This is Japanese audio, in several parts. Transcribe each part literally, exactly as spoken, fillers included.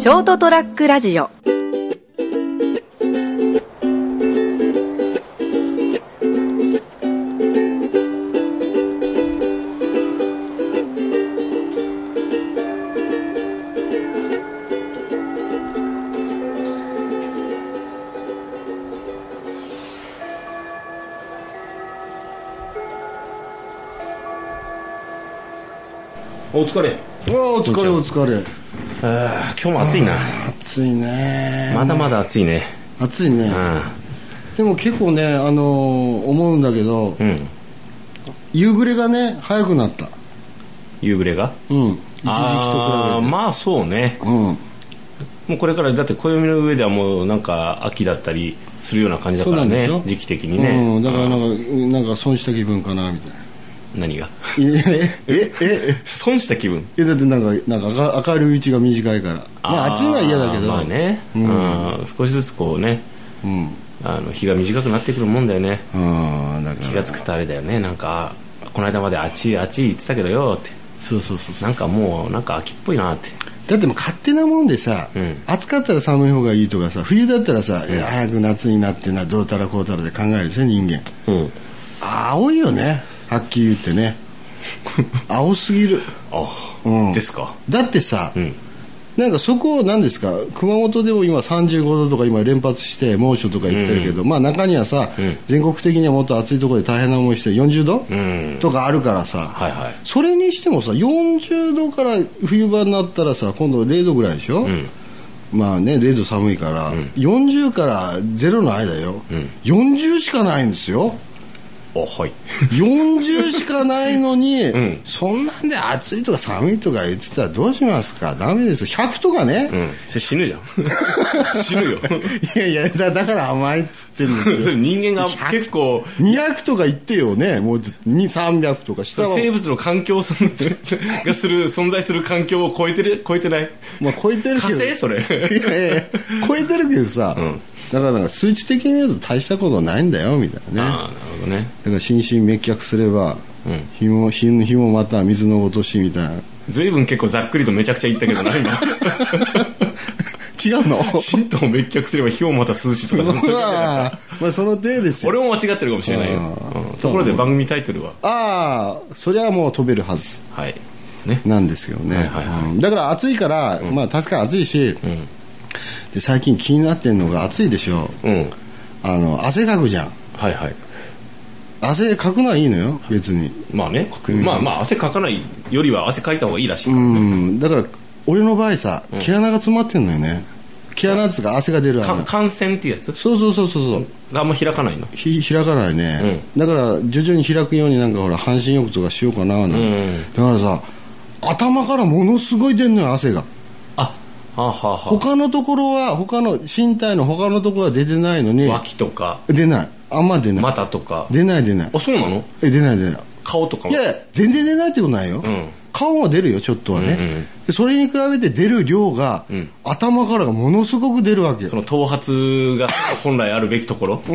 ショートトラックラジオ。 お疲れ。 お疲れお疲れ。 あ今日も暑いな。 暑いね。 まだまだ暑いね。 暑いね。でも結構ね、あのー、思うんだけど、うん、夕暮れがね早くなった。 夕暮れが、 うん、一時期と比べて。 あまあそうね、うん、もうこれからだって暦の上ではもうなんか秋だったりするような感じだからね、時期的にね、 うん、だからなんか、なんか損した気分かなみたいな。 何がえええ損した気分。 いやだってなんか、なんか明るいうちが短いから、まあ暑いのは嫌だけど、 まあね、うん、少しずつこうね、うん、あの日が短くなってくるもんだよね。あだから気がつくとあれだよね、なんかこの間まで暑い暑い言ってたけどよって。 そうそうそうそう、 なんかもうなんか秋っぽいなって。 だってもう勝手なもんでさ、うん、暑かったら寒い方がいいとかさ、冬だったらさ、うん、早く夏になってな、どうたらこうたらで考えるんですよ人間、うん、青いよね、はっきり言ってね青すぎる。 あ、うん、ですか。 だってさ、うん、なんかそこを何ですか、熊本でも今さんじゅうごどとか今連発して猛暑とか言ってるけど、うん、まあ中にはさ、うん、全国的にはもっと暑いところで大変な思いしてよんじゅうど、うん、とかあるからさ、はいはい、それにしてもさよんじゅうどから冬場になったらさ今度れいどぐらいでしょ、うん、まあねれいど寒いから、うん、よんじゅうからゼロの間よ、うん、よんじゅうしかないんですよ。 おはい、 よんじゅうしかないのに、うん、そんなんで暑いとか寒いとか言ってたらどうしますか。ダメですよ。ひゃくとかね、 うん、死ぬじゃん死ぬよいやいや だ, だから甘いっつってるんですよそれ人間が結構にひゃくとか言ってよね、もうさんびゃくとかしたら生物の環境がする存在する環境を超えてる超えてない、 まあ、超えてるけど火星それいやいや超えてるけどさ、うん、だからなんか数値的に見ると大したことないんだよみたいなね。あ、なるほどね。だから心身滅却すれば、うん、日も日もまた水のごとしみたいな。 随分結構ざっくりとめちゃくちゃ言ったけどな今違うの。 神道を滅却すれば火もまた涼しいとかそまあ、まあその手ですよ。 俺も間違ってるかもしれないよ、うん、ところで番組タイトルはああそれはもう飛べるはず、はいね、なんですけどね、はいはいはい、うん、だから暑いから、うん、まあ確かに暑いし、うん、で最近気になってるのが暑いでしょ、うん、あの汗かくじゃん。はいはい。汗かくのはいいのよ別に。 まあね、うん、まあまあ汗かかないよりは汗かいた方がいいらしいからね。 うん、だから俺の場合さ毛穴が詰まってんのよね、うん、毛穴っつうか汗が出る穴。 汗腺っていうやつ。 そうそうそうそうそう。 あんま開かないの。 ひ開かないね、うん、だから徐々に開くようになんかほら半身浴とかしようかな、うん、だからさ頭からものすごい出んのよ汗が。 あはあはあ、 他のところは他の身体の他のところは出てないのに。 脇とか出ない、あんま出ない。 股とか出ない出ない。 あ、そうなの。 え出ない出ない。 顔とかも。 いや全然出ないってことないよ、うん、顔も出るよちょっとはね、うんうん、でそれに比べて出る量が、うん、頭からがものすごく出るわけよ。 その頭髪が本来あるべきところ、 うん、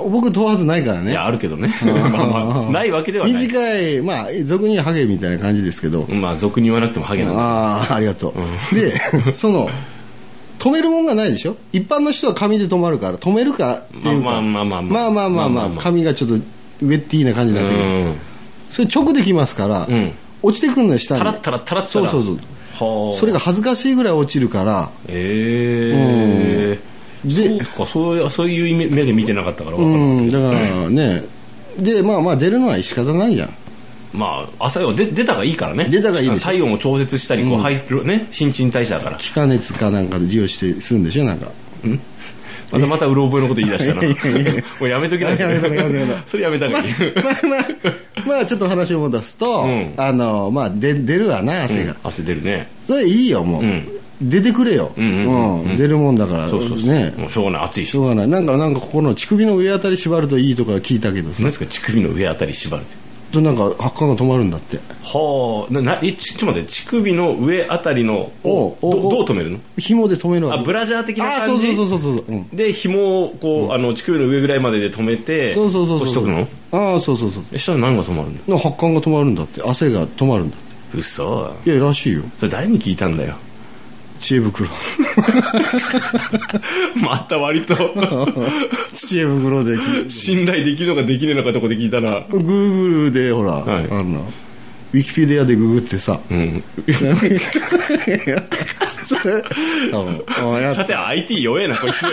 僕頭髪ないからね。 いやあるけどねまあ、まあ、ないわけではない。 短い、まあ俗にはハゲみたいな感じですけど、 まあ俗に言わなくてもハゲなんだ。 ああありがとう、うん、でその止めるもんがないでしょ。一般の人は髪で止まるから止めるかっていうか、まあまあまあまあまあまあまあ、まあまあ、髪がちょっとウェッティーな感じになってくる、うん、それ直できますから、うん、落ちてくるのよ下に。 タラッタラッタラッタラ。 そうそうそう。それが恥ずかしいぐらい落ちるから。 ええー、うん、でそうか、そういうそういう目で見てなかったから分からない、うん、 だからね、でまあまあ出るのは仕方ないじゃん。 まあ朝は出たがいいからね。 出たがいいでしょ。 体温を調節したりこう、うんね、新陳代謝だから。 気化熱かなんかで利用してするんでしょなんか。んまたまたうろ覚えのこと言い出したなもうやめときなさい。 やめときなさいそれやめたらいい。 まあまあ、まあ、まあちょっと話を戻すと、うん、あのまあで出るわな汗が、うん、 汗出るね。 それいいよもう、うん、出てくれよ、うんうんうんうん、出るもんだから。 そうそうそうね。もうしょうがない、暑いししょうがない。なんかなんかここの乳首の上あたり縛るといいとか聞いたけどさ。 何ですか乳首の上あたり縛るって。 となんか発汗が止まるんだって。 はあ。ななちちょっと待って、乳首の上あたりのをどどう止めるの。 紐で止めるわけ。 あブラジャー的な感じ。 あそうそうそうそうそう、うん、 で紐をこう、うん、あの乳首の上ぐらいまでで止めてそうそうそうそうしとくの。 ああそうそうそう。 そしたら何が止まるの。 発汗が止まるんだって。汗が止まるんだって。 嘘。 いやらしいよ。 それ誰に聞いたんだよ。 知恵袋また割と知恵袋で信頼できるのかできねえのかとこで聞いたな。 Google でほら、はい、あんなウィキペディアでググってさ、うん、 それさて アイティー 弱えなこいつ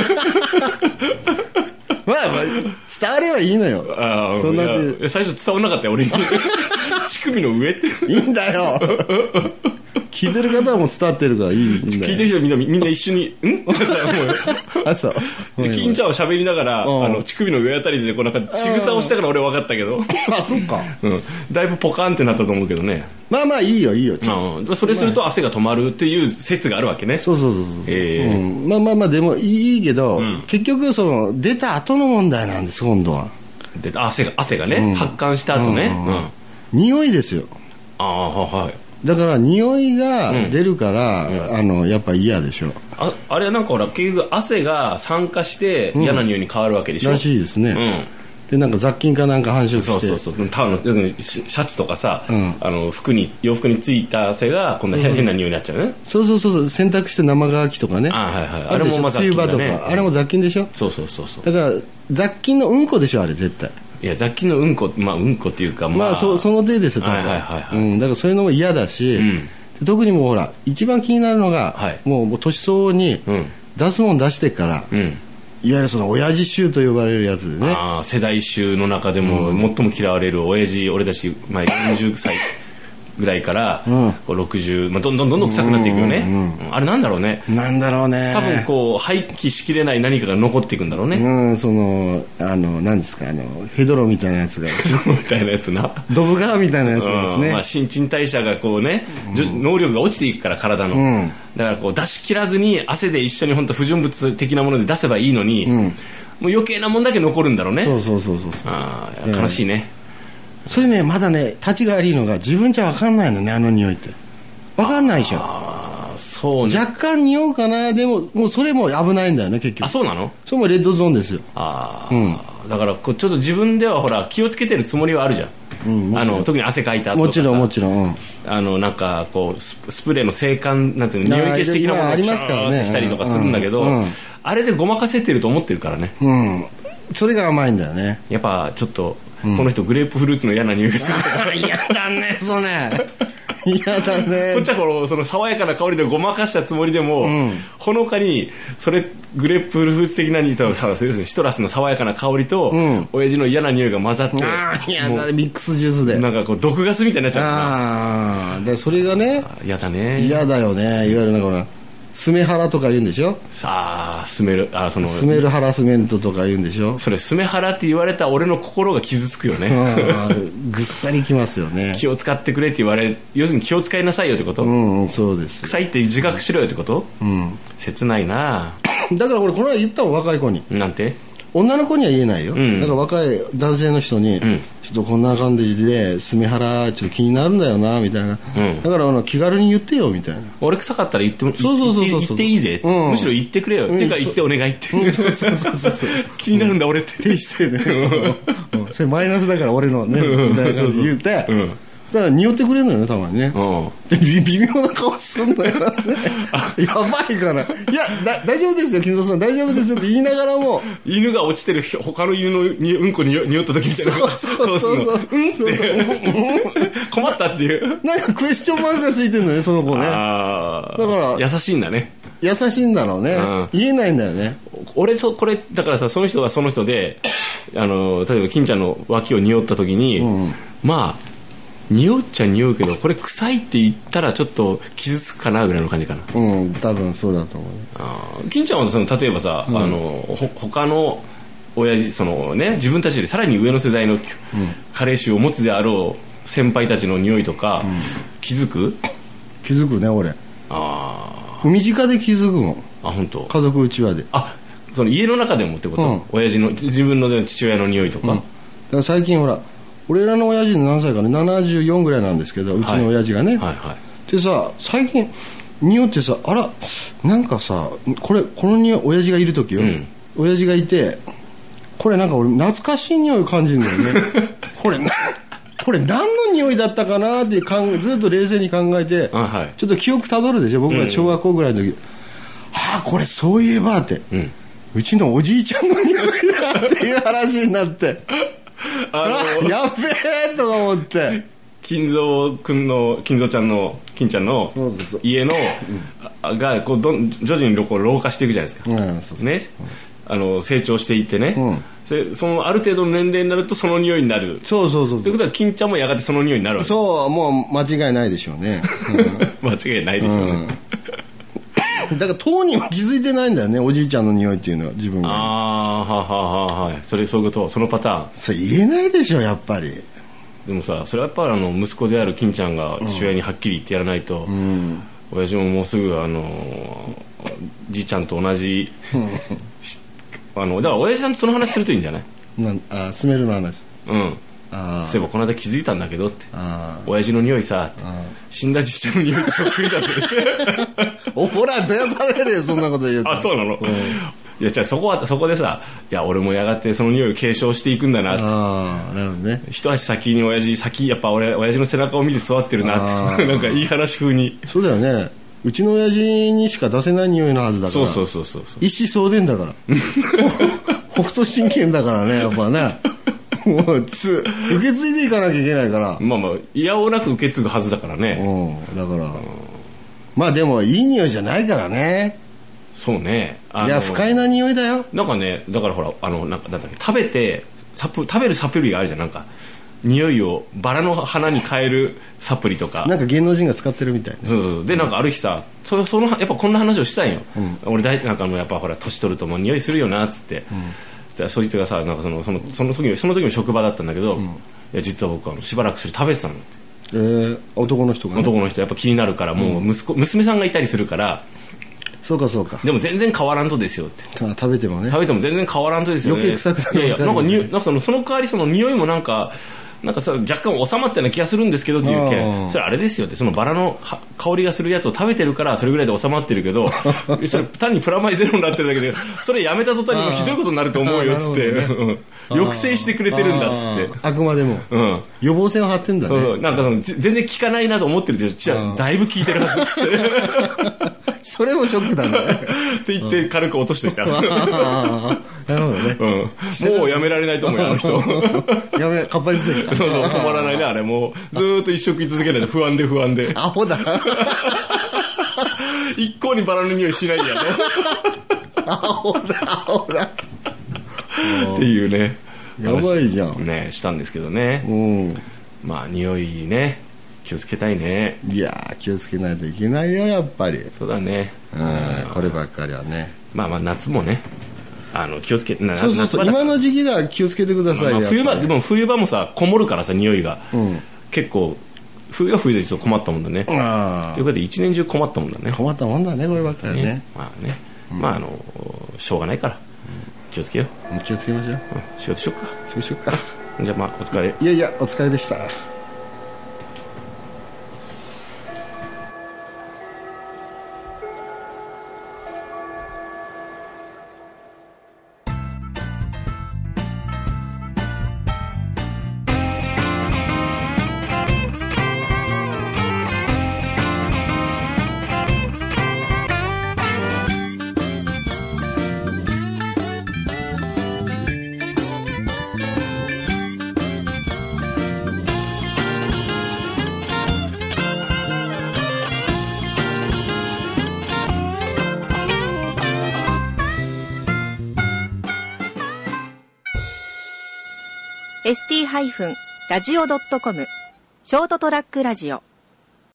まあ、まあ、伝わればいいのよ。 あそんなで最初伝わんなかったよ俺に乳首の上っていいんだよ聞いてる方はもう伝わってるからいいんだよ。 聞いてる人みんなみんな一緒にんあそう金ちゃんは喋りながらあの乳首の上あたりでこうなんか仕草をしたから俺分かったけどあそっか、 うん、だいぶポカンってなったと思うけどね。 まあまあいいよいいよ、 うん、それすると汗が止まるっていう説があるわけね。 そうそうそうそう、えーうん、まあまあまあでもいいけど、うん、結局その出た後の問題なんです今度は。 出た汗が汗がね、うん、発汗した後ね、うんうんうん、 匂いですよ。 ああはいだから匂いが出るから、うんうん、あのやっぱ嫌でしょ。 あ, あれはなんかほら結局汗が酸化して嫌な匂いに変わるわけでしょ、 うん、らしいですね、うん、でなんか雑菌かなんか繁殖してそうそうそうタオルのシャツとかさ、うん、あの服に洋服についた汗が今度は変な匂いになっちゃうね。 そうそうそうそう洗濯して生乾きとかね。 あ、はいはい、あれもまあ雑菌だね。 梅雨場とか、あれも雑菌でしょ。 そうそうそうそう。 だから雑菌のうんこでしょあれ絶対。 いや雑菌のうんこまあうんこっていうかまあ、 まあ、そ, その手ですよ多分、はいはいはいはい、うん、だからそういうのも嫌だし、うん、特にもうほら一番気になるのが、はい、もう、もう年相応に出すもん出してから、うん、いわゆるその親父臭と呼ばれるやつでね。 あ世代臭の中でも最も嫌われる親父、俺たち、まあ、よんじゅっさいぐらいから、うん、こうろくじゅう、まあ、どんどんどんどん臭くなっていくよね、うんうんうん、あれなんだろうね。 なんだろうね。 多分こう廃棄しきれない何かが残っていくんだろうね。 うんそのあの何ですかあのヘドロみたいなやつがみたいなやつなドブガーみたいなやつがですね、 うんまあ、新陳代謝がこうね、うん、能力が落ちていくから体の、うん、だからこう出し切らずに汗で一緒に本当不純物的なもので出せばいいのに、うん、もう余計なもんだけ残るんだろうね。 そうそうそうそうあ悲しいね。 それねまだね立ちが悪いのが自分じゃ分かんないのねあの匂いって分かんないでしょ。 あそうね若干匂うかなでももうそれも危ないんだよね結局。 あそうなの。 それもレッドゾーンですよ。 あ、うん、だからこうちょっと自分ではほら気をつけてるつもりはあるじゃん、うん、あの特に汗かいた後とかもちろんもちろん、うん、 あのなんかこうスプレーの制汗なんていうの匂い消し的なものをシャーってしたりとかするんだけど、うんうん、あれでごまかせてると思ってるからね、 うん、それが甘いんだよね。 やっぱちょっとこの人グレープフルーツの嫌な匂いがする嫌だねそれ嫌だね。 こっちはこのその爽やかな香りでごまかしたつもりでも、うん、ほのかにそれグレープフルーツ的な匂いとシトラスの爽やかな香りと、うん、親父の嫌な匂いが混ざってあ嫌だミックスジュースでなんかこう毒ガスみたいになっちゃうあでそれがね嫌だね。 嫌だよね。いわゆるなんかほらスメハラとか言うんでしょ。 さあスメルあそのスメルハラスメントとか言うんでしょ。 それスメハラって言われた俺の心が傷つくよねぐっさりきますよね。 気を使ってくれって言われ要するに気を使いなさいよってこと。 うんそうです。 臭いって自覚しろよってこと。うん切ないな。 だから俺この間言ったも若い子になんて女の子には言えないよ、うん、だから若い男性の人に、うん、ちょっとこんな感じでスメハラちょっと気になるんだよなみたいな、うん、だからあの気軽に言ってよみたいな。 俺臭かったら言ってもそうそうそうそう言っていいぜ、うん、むしろ言ってくれよ、うん、っていうか言ってお願いって、うん、そうそうそうそう気になるんだ俺って低姿勢ねそれマイナスだから俺のねみたいな感じで言うて、うんだから匂ってくれるのよねたまにね、うん、微妙な顔すんだよやばいからいやだ大丈夫ですよ金蔵さん大丈夫ですよって言いながらも犬が落ちてる他の犬のにうんこに匂った時みたいなそうそうそうそううんって困ったっていうなんかクエスチョンマークがついてるのねその子ね。あだから優しいんだね。 優しいんだろうね、うん、言えないんだよね。 俺そこれだからさその人がその人であの例えば金ちゃんの脇を匂った時に、うん、まあ匂っちゃ匂うけどこれ臭いって言ったらちょっと傷つくかなぐらいの感じかな。 うん多分そうだと思う。 あ金ちゃんはその例えばさ、うん、あのほ他の親父そのね自分たちよりさらに上の世代の、うん、加齢臭を持つであろう先輩たちの匂いとか、うん、気づく気づくね俺。ああ身近で気づくもん。 あ本当。 家族うちわで。 あその家の中でもってこと、うん、親父の自分の父親の匂いとか、うん、だから最近ほら俺らの親父何歳かねななじゅうよんぐらいなんですけどうちの親父がね、はいはいはい、でさ最近匂ってさあらなんかさこれこの匂い親父がいる時よ、うん、親父がいてこれなんか俺懐かしい匂いを感じるんだよねこれなこれ何の匂いだったかなっていうかんずっと冷静に考えて、 はい、 ちょっと記憶たどるでしょ僕が小学校ぐらいの時、うん、ああこれそういえばって、うん、うちのおじいちゃんの匂いだっていう話になってあのやっべえとか思って金蔵君の金蔵ちゃんの金ちゃんの家のうん、がこうどん徐々にこう老化していくじゃないですか、うん、そうね、うん、あの成長していってね、うん、そ, そのある程度の年齢になるとその匂いになる。そうそうそうそう。ということは金ちゃんもやがてその匂いになるわけ。 そうもう間違いないでしょうね、 うん、間違いないでしょうね、 うん、だから当人は気づいてないんだよねおじいちゃんの匂いっていうのは自分が。ああははははいそれそういうことそのパターンそれ言えないでしょやっぱり。 でもさそれはやっぱりあの息子である金ちゃんが父親にはっきり言ってやらないと、うん、親父ももうすぐあのじいちゃんと同じあのだから親父さんとその話するといいんじゃない。 なんあスメルの話。 うんあそういえばこの間気づいたんだけどってあ親父の匂いさって死んだじいちゃんの匂いとそっくりだぜっておほらどやされるよそんなこと言うと。 あそうなの、うん、いやじゃあそこはそこでさいや俺もやがてその匂いを継承していくんだなって。 ああなるほどね。 一足先に親父先やっぱ俺親父の背中を見て育ってるなってなんかいい話風に。 そうだよねうちの親父にしか出せない匂いのはずだから。 そうそうそうそう一子相伝だから北斗神拳だからねやっぱねもうつ受け継いでいかなきゃいけないからまあまあいやおなく受け継ぐはずだからね。 うんだから、うん、まあでもいい匂いじゃないからね。 そうねいや不快な匂いだよ。 なんかねだからほらあのなんかなんだっけ食べてサプ食べるサプリがあるじゃんなんか匂いをバラの花に変えるサプリとかなんか芸能人が使ってるみたいな。 そうそうでなんかある日さそそのやっぱこんな話をしたいよ、うん、俺だいなんかのやっぱほら年取るともう匂いするよなっつって、うん、そいつがさなんかそのそのその時その時も職場だったんだけど、うん、いや実は僕あのしばらくそれ食べてたのって。 えー、男の人が、ね、 男の人やっぱ気になるからもう息子、うん、娘さんがいたりするからそうかそうかでも全然変わらんとですよって食べてもね食べても全然変わらんとですよね。 余計臭くなる。 いやいやなんかになんかそのその代わりその匂いもなんかなんかさ若干収まったような気がするんですけどっていうけそれあれですよってそのバラの香りがするやつを食べてるからそれぐらいで収まってるけどそれ単にプラマイゼロになってるだけでそれやめた途端にもひどいことになると思うよっつって、ね、抑制してくれてるんだっつってあ, あくまでも、うん、予防線を張ってんだね。 そうそうなんか全然効かないなと思ってるけどだいぶ効いてるはずっつってそれもショックだねって言って軽く落としていた。なるほどね、 うん、もうやめられないと思うよあの人やめかっぱりせんかそうそう止まらないねあれもうずっと一生食い続けないと不安で不安でアホだ一向にバラの匂いしないんやとアホだアホだっていうねやばいじゃんねしたんですけどね、うん、まあ匂いね気をつけたいね。 いや気をつけないといけないよやっぱり。 そうだね、 うん、こればっかりはね。 まあまあ夏もねあの気をつけなそうそうそう今の時期が気をつけてください、まあ、 冬場でも冬場もさこもるからさ匂いが、うん、結構冬は冬でちょっと困ったもんだね。あということで一年中困ったもんだね。 困ったもんだねこればっかりね。ねまあね、うん、まああのしょうがないから、うん、気をつけよう。気をつけましょう、うん、 仕事しよっか仕事しよっかじゃあまあお疲れ。 いやいやお疲れでした。 エスティー ラジオ ドットコム ショートトラックラジオ